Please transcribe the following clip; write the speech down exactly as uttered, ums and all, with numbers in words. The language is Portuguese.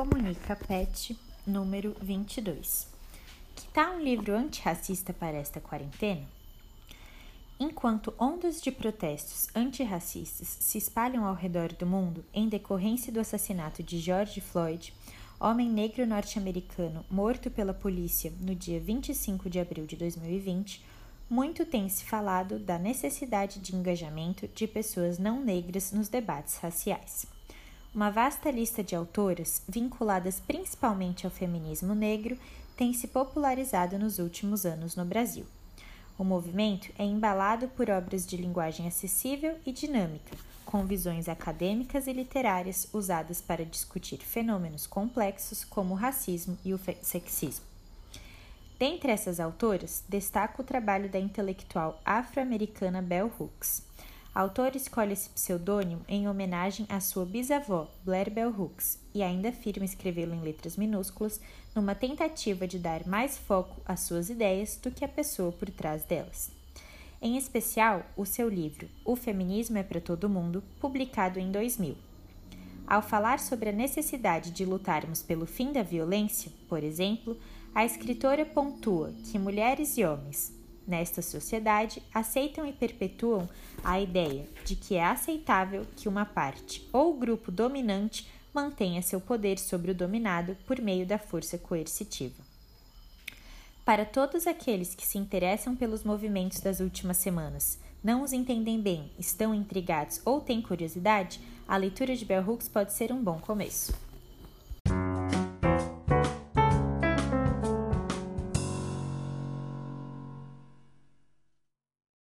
Comunica Pet, número vinte e dois. Que tal um livro antirracista para esta quarentena? Enquanto ondas de protestos antirracistas se espalham ao redor do mundo em decorrência do assassinato de George Floyd, homem negro norte-americano morto pela polícia no dia vinte e cinco de abril de dois mil e vinte, muito tem se falado da necessidade de engajamento de pessoas não negras nos debates raciais. Uma vasta lista de autoras, vinculadas principalmente ao feminismo negro, tem se popularizado nos últimos anos no Brasil. O movimento é embalado por obras de linguagem acessível e dinâmica, com visões acadêmicas e literárias usadas para discutir fenômenos complexos como o racismo e o sexismo. Dentre essas autoras, destaco o trabalho da intelectual afro-americana Bell Hooks. A autora escolhe esse pseudônimo em homenagem à sua bisavó, Blair Bell Hooks, e ainda afirma escrevê-lo em letras minúsculas, numa tentativa de dar mais foco às suas ideias do que à pessoa por trás delas. Em especial, o seu livro O Feminismo é para Todo Mundo, publicado em dois mil. Ao falar sobre a necessidade de lutarmos pelo fim da violência, por exemplo, a escritora pontua que mulheres e homens, nesta sociedade, aceitam e perpetuam a ideia de que é aceitável que uma parte ou grupo dominante mantenha seu poder sobre o dominado por meio da força coercitiva. Para todos aqueles que se interessam pelos movimentos das últimas semanas, não os entendem bem, estão intrigados ou têm curiosidade, a leitura de Bell Hooks pode ser um bom começo.